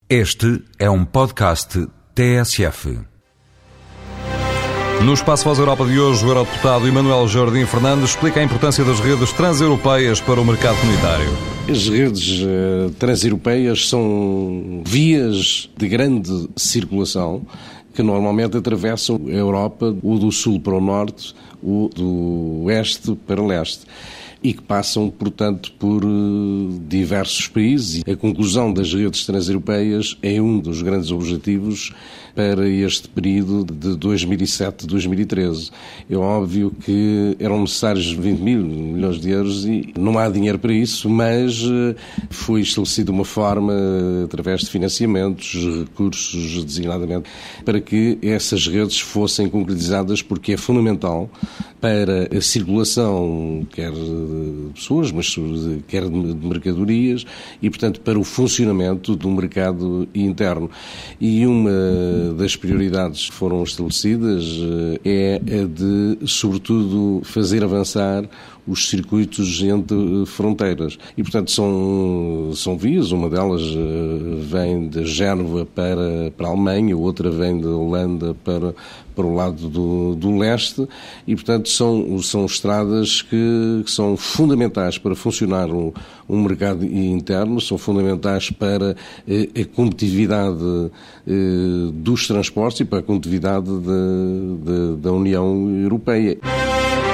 Este é um podcast TSF. No Espaço Voz Europa de hoje, o eurodeputado Emanuel Jardim Fernandes explica a importância das redes transeuropeias para o mercado comunitário. As redes transeuropeias são vias de grande circulação que normalmente atravessam a Europa, ou do sul para o norte, ou do oeste para o leste, e que passam, portanto, por diversos países. A conclusão das redes transeuropeias é um dos grandes objetivos para este período de 2007-2013. É óbvio que eram necessários 20 mil milhões de euros e não há dinheiro para isso, mas foi estabelecida uma forma, através de financiamentos, recursos designadamente, para que essas redes fossem concretizadas, porque é fundamental para a circulação, quer de pessoas, mas quer de mercadorias, e, portanto, para o funcionamento do mercado interno. E uma das prioridades que foram estabelecidas é a de, sobretudo, fazer avançar os circuitos entre fronteiras. E, portanto, são vias. Uma delas vem de Génova para a Alemanha, outra vem da Holanda para o lado do leste, e, portanto, são estradas que são fundamentais para funcionar um mercado interno, são fundamentais para a competitividade dos transportes e para a competitividade da União Europeia.